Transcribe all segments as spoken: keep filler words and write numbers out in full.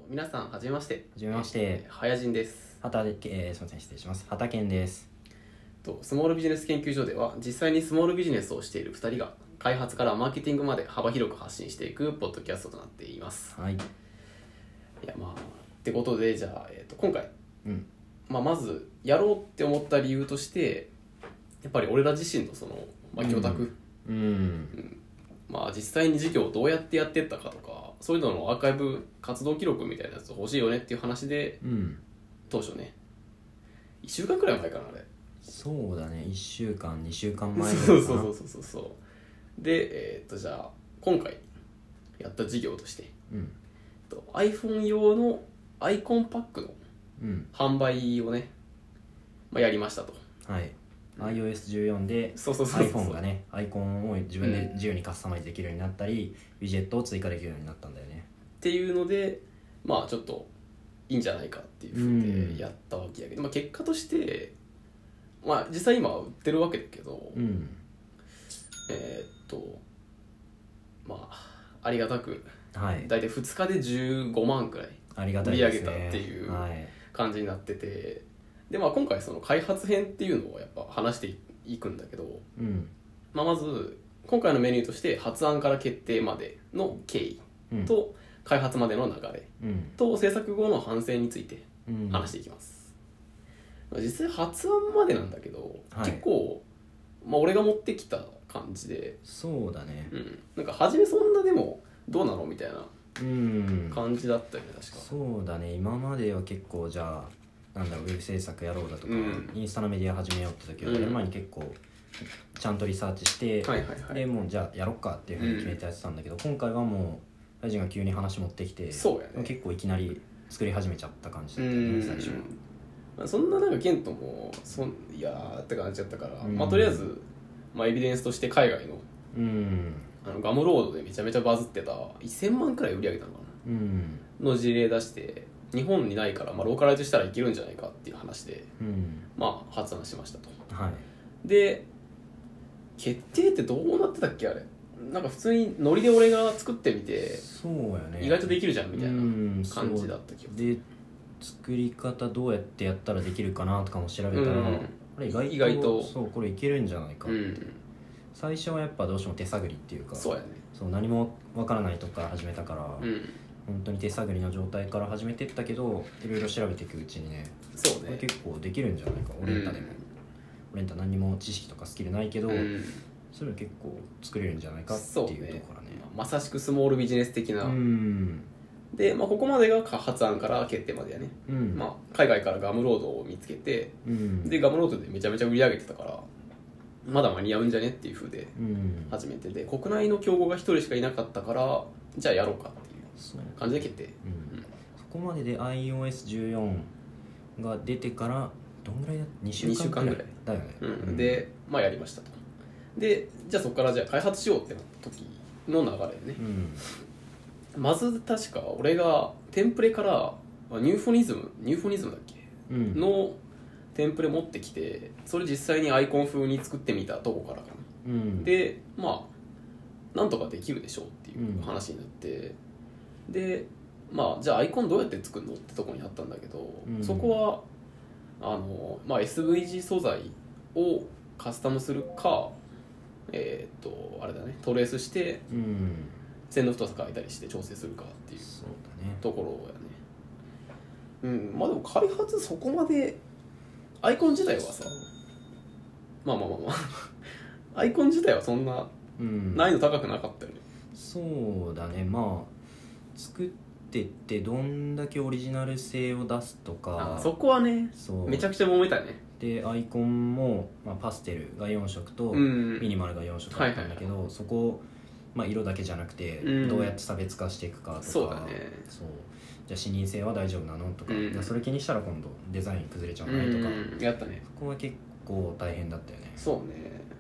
皆さんはじめまして。 はじめまして。 えー、はやじんです。 はたで、えー、すみません失礼します。はたけんです。 とスモールビジネス研究所では実際にスモールビジネスをしているふたりが開発からマーケティングまで幅広く発信していくポッドキャストとなっています。 はい。いやまあってことでじゃあ、えー、と今回、 うんまあ、まずやろうって思った理由としてやっぱり俺ら自身のその、まあ、魚拓、 うん、うんまあ、実際に事業をどうやってやってったかとかそういうののアーカイブ活動記録みたいなやつ欲しいよねっていう話で、 うん、 当初ねいっしゅうかんくらい前かなあれそうだねいっしゅうかんにしゅうかんまえそうそうそうそうそうでえー、っとじゃあ今回やった事業として、 うんと iPhone 用のアイコンパックのうん販売をね、まあ、やりましたと。 はい アイオーエスじゅうよん でそうそうそうそう iPhone がねアイコンを自分で自由にカスタマイズできるようになったり、ウィジェットを追加できるようになったんだよねっていうのでまあちょっといいんじゃないかっていうふうでやったわけやけど、まあ、結果としてまあ実際今は売ってるわけだけど、 うんえー、っとまあありがたくはい大体ふつかでじゅうごまんくらいありがた売り上いですねげたっていうはい感じになってて、で、まあ、今回その開発編っていうのをやっぱ話していくんだけど、 うんまあ、まず今回のメニューとして発案から決定までの経緯うんと開発までの流れうんと制作後の反省についてうん話していきます、まあ、実際発案までなんだけど、 はい結構、まあ、俺が持ってきた感じで、 そうだねうん、なんか初めそんなでもどうなのみたいなうん感じだったよね確か。 そうだね今までは結構じゃあなんだろうウェブ制作やろうだとか、 うんインスタのメディア始めようって時は、 うんやる前に結構ちゃんとリサーチして、 はいはいはいでもうじゃあやろっかっていうふうに決めてやってたんだけど、今回はもう大臣が急に話持ってきてそうやね結構いきなり作り始めちゃった感じだうったよねん最初は。 まあ、そんななんかケントもそんいやーって感じだったから、 うんまあ、とりあえず、まあ、エビデンスとして海外のうんあのガムロードでめちゃめちゃバズってたいっせんまんくらい売り上げたのかうんなの事例出して日本にないから、まあ、ローカライズしたらいけるんじゃないかっていう話で、 うんまあ、発案しましたと。 はいで決定ってどうなってたっけあれなんか普通にノリで俺が作ってみてそうやね意外とできるじゃんみたいうんな感じだった気がすで作り方どうやってやったらできるかなとかも調べたら、 うんこれ意外と意外とそうこれいけるんじゃないか、 るうん最初はやっぱどうしても手探りっていうかそうやねそう何もわからないとこから始めたから、 うん本当に手探りの状態から始めてったけどいろいろ調べていくうちにねそうねこれ結構できるんじゃないかオレンタでも、オレンタ何にも知識とかスキルないけど、 うんそれは結構作れるんじゃないかっていうところねまさしくスモールビジネス的な、 うんで、まあ、ここまでが発案から決定までやね、 うんまあ、海外からガムロードを見つけてうんでガムロードでめちゃめちゃ売り上げてたからまだ間に合うんじゃねっていう風でうん始めてで国内の競合がひとりしかいなかったからじゃあやろうかっていうそう感じで決定、 うんそこまでで アイオーエスじゅうよん が出てからどんぐらいだにしゅうかんくらいだよね、 うんで、まあ、やりましたと。でじゃあそこからじゃあ開発しようってなった時の流れね、 うんまず確か俺がテンプレからニューフォニズムニューフォニズムだっけうんのテンプレ持ってきてそれ実際にアイコン風に作ってみたとこからかな、 うんでまあなんとかできるでしょうっていう話になって、でまあじゃあアイコンどうやって作るのってとこにあったんだけど、 うんそこはあの、まあ、エスブイジー 素材をカスタムするかえーっとあれだねトレースしてうん線の太さ変えたりして調整するかっていうそうだねところやね。うんまあでも開発そこまでアイコン自体はさまあまあまあまあアイコン自体はそんなうん難易度高くなかったよね。 そうだねまあ作ってってどんだけオリジナル性を出すとかあそこはねそうめちゃくちゃ揉めたね。 でアイコンも、まあ、パステルがよん色とうんミニマルがよん色だったんだけど、そこを、まあ、色だけじゃなくてうんどうやって差別化していくかとか、 そうだねそうじゃあ視認性は大丈夫なのとか、 うんじゃあそれ気にしたら今度デザイン崩れちゃわないとか、 うんやったね。 そこは結構大変だったよね。 そうね、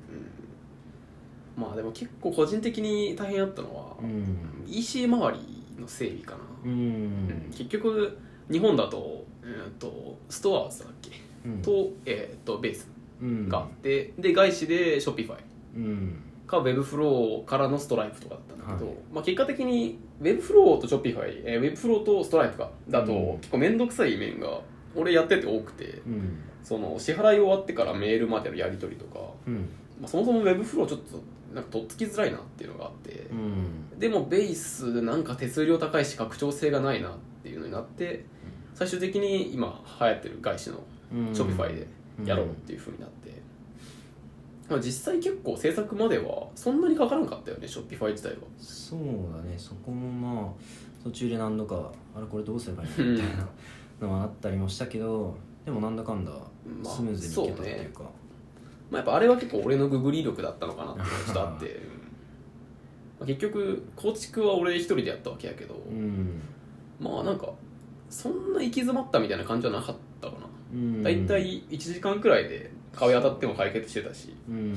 うん、まあでも結構個人的に大変だったのは、 うんイーシー 周りの整備かな、 うんうん結局日本だと,、えー、とストアーズだっけ、 うんと,、えー、とベースうんがあって、で外資でショッピファイうんか Webflow からのストライプとかだったんだけど、 はいまあ、結果的に Webflow と Shopify、えー、Webflow とストライプかだと、 うん結構めんどくさい面が俺やってて多くて、 うんその支払い終わってからメールまでのやり取りとか、 うんまあ、そもそも Webflow ちょっとなんかとっつきづらいなっていうのがあって、 うんでもベースなんか手数料高いし拡張性がないなっていうのになって最終的に今流行ってる外資のうん Shopify でやろうっていう風になって、まあ、実際結構制作まではそんなにかからなかったよね Shopify 自体は。 そうだね、そこもまあ途中で何度かあれこれどうすればいいのみたいなのはあったりもしたけど、でもなんだかんだまあスムーズにいけたっていうか、 まあ、やっぱあれは結構俺のググり力だったのかなっていうのがちょっとあってまあ結局構築は俺一人でやったわけやけど、 うんまあなんかそんな行き詰まったみたいな感じはなかったかな。 うんだいたいいちじかんくらいで壁当たっても解決してたし、 うん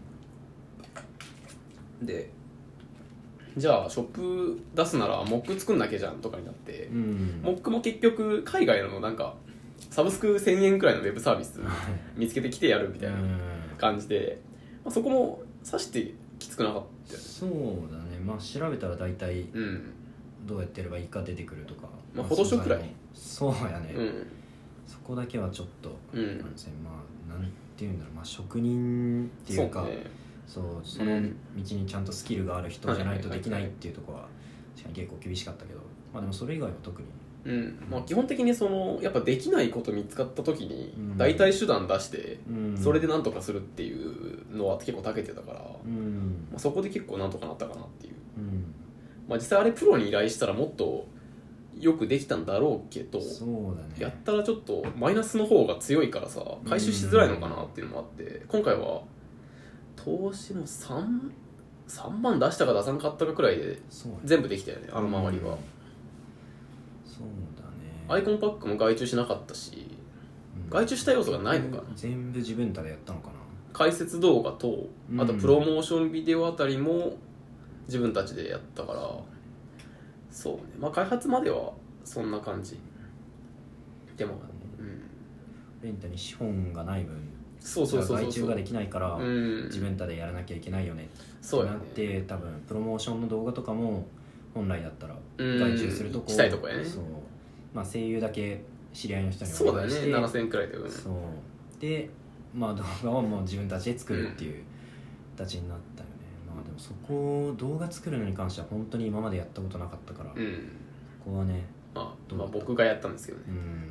でじゃあショップ出すならモック作んなきゃじゃんとかになって、 うんモックも結局海外のなんかサブスクせんえんくらいのウェブサービス見つけてきてやるみたいな感じで、まあ、そこもさしてきつくなかったよね。 そうだね、まあ調べたら大体うんどうやってやればいいか出てくるとか、 まあフォトショーくらいそうやね、 うんそこだけはちょっと、 うんなんですね、まあなんていうんだろう、まあ、職人っていうかそうねそうその道にちゃんとスキルがある人じゃないとできないっていうところは確かに結構厳しかったけど、まあでもそれ以外は特にうんまあ、基本的にそのやっぱできないこと見つかった時にうん代替手段出してうんそれでなんとかするっていうのは結構長けてたから、まうんあ、そこで結構なんとかなったかなっていう、 うんまあ、実際あれプロに依頼したらもっとよくできたんだろうけど、 そうだねやったらちょっとマイナスの方が強いからさ回収しづらいのかなっていうのもあって今回は投資も 3, さんまん出したか出さなかったかくらいでそうね全部できたよねあの周りは。 うんそうだねアイコンパックも外注しなかったしうん外注した要素がないのかな。 全部自分たでやったのかな。 解説動画とあとプロモーションビデオあたりも自分たちでやったから、そうね、まあ開発まではそんな感じでも、うん、 レンタに資本がない分そうそうそうそう外注ができないから、 うん自分たでやらなきゃいけないよねそうやねなって多分プロモーションの動画とかも本来だったらうん外注するとこしたいとこやね。 そう、まあ、声優だけ知り合いの人におそうだね願いしてななせんえんくらいだよね。 そうで、まあ、動画はもう自分たちで作るっていう形になったよね、まあでもそこを動画作るのに関しては本当に今までやったことなかったから、こうんこはねまあ、 どうだったまあ僕がやったんですけどねう、ん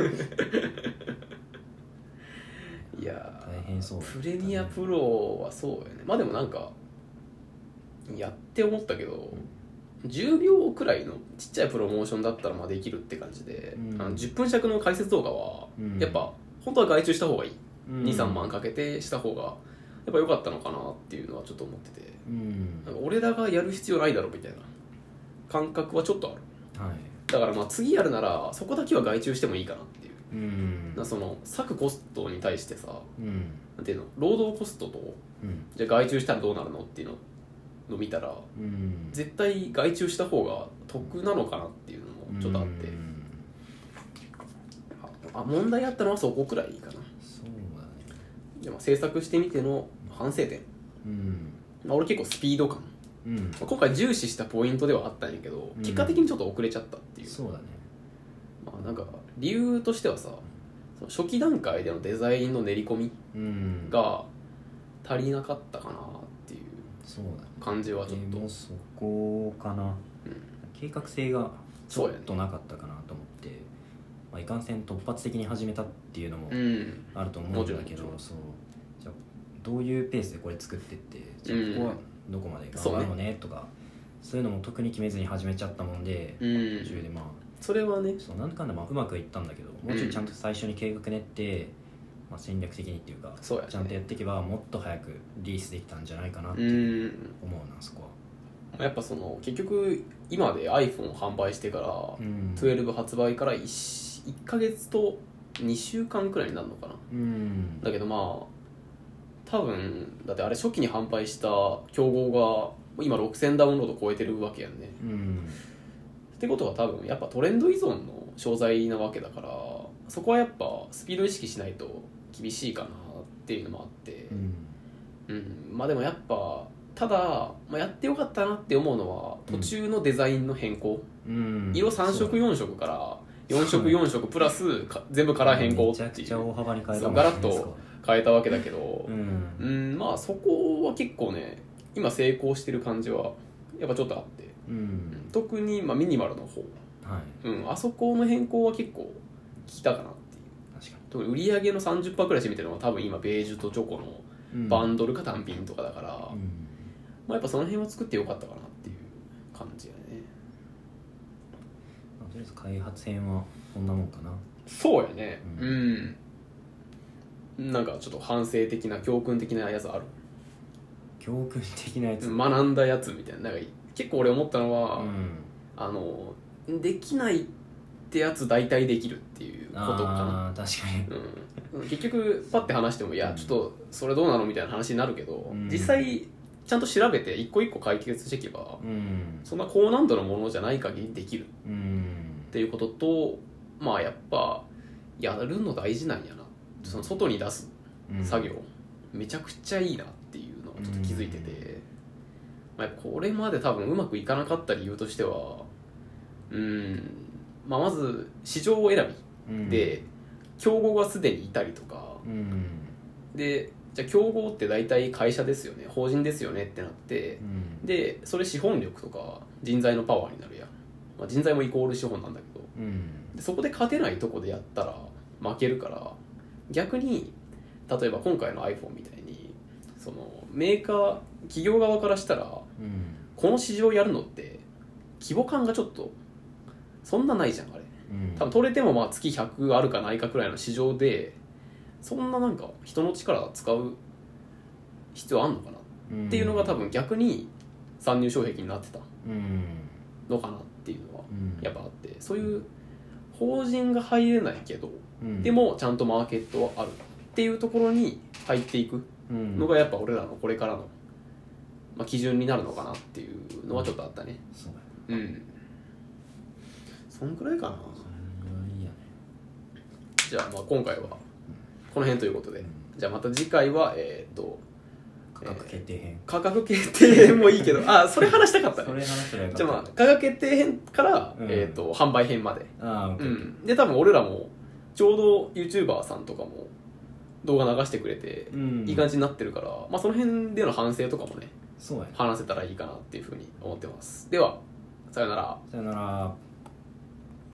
いや大変そうだったねプレミアプロはそうやね。まあでもなんかやって思ったけど、じゅうびょうくらいのちっちゃいプロモーションだったらまあできるって感じで、 うんあのじゅっぷん尺の解説動画はうんやっぱ本当は外注した方がいい、 うんにさんまんかけてした方がやっぱ良かったのかなっていうのはちょっと思ってて、 うんなんか俺らがやる必要ないだろみたいな感覚はちょっとある。 はいだからまあ次やるならそこだけは外注してもいいかなっていう、 うんなその割くコストに対してさ、 うんなんていうの労働コストとうんじゃあ外注したらどうなるのっていうのを見たらうん絶対外注した方が得なのかなっていうのもちょっとあって、 うんあ問題あったのはそこくらいかな。 そうだねでも制作してみての反省点、 うんまあ、俺結構スピード感、 うんまあ今回重視したポイントではあったんやけどうん結果的にちょっと遅れちゃったっていう、 そうだねまあ、なんか理由としてはさその初期段階でのデザインの練り込みうんが足りなかったかなっていうそうだね感じはちょっと、 でもそこかな、 うん計画性がちょっそうやねとなかったかなと思って、まあ、いかんせん突発的に始めたっていうのもうんあると思うんだけど、 もちろんもちそうじゃあどういうペースでこれ作ってってじゃあうんここはどこまで頑張ろうねとかそういうのも特に決めずに始めちゃったもんで、 うん途中でまあそれはねそうなんだかんだまあうまくいったんだけどもうちょいちゃんと最初に計画練って、まあ、戦略的にっていうかそうやねちゃんとやっていけばもっと早くリリースできたんじゃないかなってう思うんなそこは。 やっぱその結局今で iPhone を販売してからうんじゅうに発売から 1, いっかげつとにしゅうかんくらいになるのかな。 うんだけどまあ多分だってあれ初期に販売した競合が今ろくせんダウンロード超えてるわけやんね。 うんってことは多分やっぱトレンド依存の商材なわけだからそこはやっぱスピード意識しないと厳しいかなっていうのもあって、 うんうん、まあでもやっぱただ、まあ、やってよかったなって思うのは途中のデザインの変更、 うん、 色さん色よん色からよん色よん色プラスか全部カラー変更っていう、 めちゃくちゃ大幅に変えたもんね、 ガラッと変えたわけだけど、 うん、 うん、まあそこは結構ね今成功してる感じはやっぱちょっとあって、 うん、 特にまあミニマルの方、 はい、 うん、あそこの変更は結構効いたかなっていう。 確か特に売り上げの さんじゅっパーセント くらい占めてるのは多分今ベージュとチョコのバンドルか単品とかだから、 に、うん、 まあ、やっぱその辺は作ってよかったかなっていう感じやね。 まあ、とりあえず開発編はこんなもんかな。 そうやね、 ううん、うん、なんかちょっと反省的な教訓的なやつある？ 教訓的なやつ、 学んだやつみたいな。なんか結構俺思ったのは、 うん、 あのできないってやつ大体できるっていうことかな。 あ確かに、 うん、結局パッて話してもいやちょっとそれどうなのみたいな話になるけど、うん、実際ちゃんと調べて一個一個解決していけば、うん、そんな高難度のものじゃない限りできる、うん、っていうことと、まあやっぱやるの大事なんやな、その外に出す作業、うん、めちゃくちゃいいなっていうのをちょっと気づいてて、まあ、これまで多分うまくいかなかった理由としては、うん、まあ、まず市場選びで競合がすでにいたりとか、うん、でじゃあ競合って大体会社ですよね、法人ですよねってなって、うん、でそれ資本力とか人材のパワーになるやん、まあ、人材もイコール資本なんだけど、うん、でそこで勝てないとこでやったら負けるから、逆に例えば今回の iPhone みたいにそのメーカー企業側からしたら、うん、この市場やるのって規模感がちょっとそんなないじゃんあれ、うん、多分取れてもまあ月ひゃくあるかないかくらいの市場でそんななんか人の力使う必要あんのかな、うん、っていうのが多分逆に参入障壁になってたのかなっていうのはやっぱあって、そういう法人が入れないけど、うん、でもちゃんとマーケットはあるっていうところに入っていくのがやっぱ俺らのこれからの、まあ、基準になるのかなっていうのはちょっとあったね。 そうだよね。うん。そんくらいかな。 そんぐらいやね。 じゃあまあ今回はこの辺ということで、うん、じゃあまた次回はえー、っと価格決定編、 えー、価格決定編もいいけどあそれ話したかったね。 それ話したらよかった。 じゃあまあ価格決定編から、うん、えー、っと販売編まで。 あ、 うん、で多分俺らもちょうど YouTuber さんとかも動画流してくれて、うん、いい感じになってるから、まあ、その辺での反省とかもね、 そうやね、 話せたらいいかなっていうふうに思ってます。ではさよなら。 さよなら。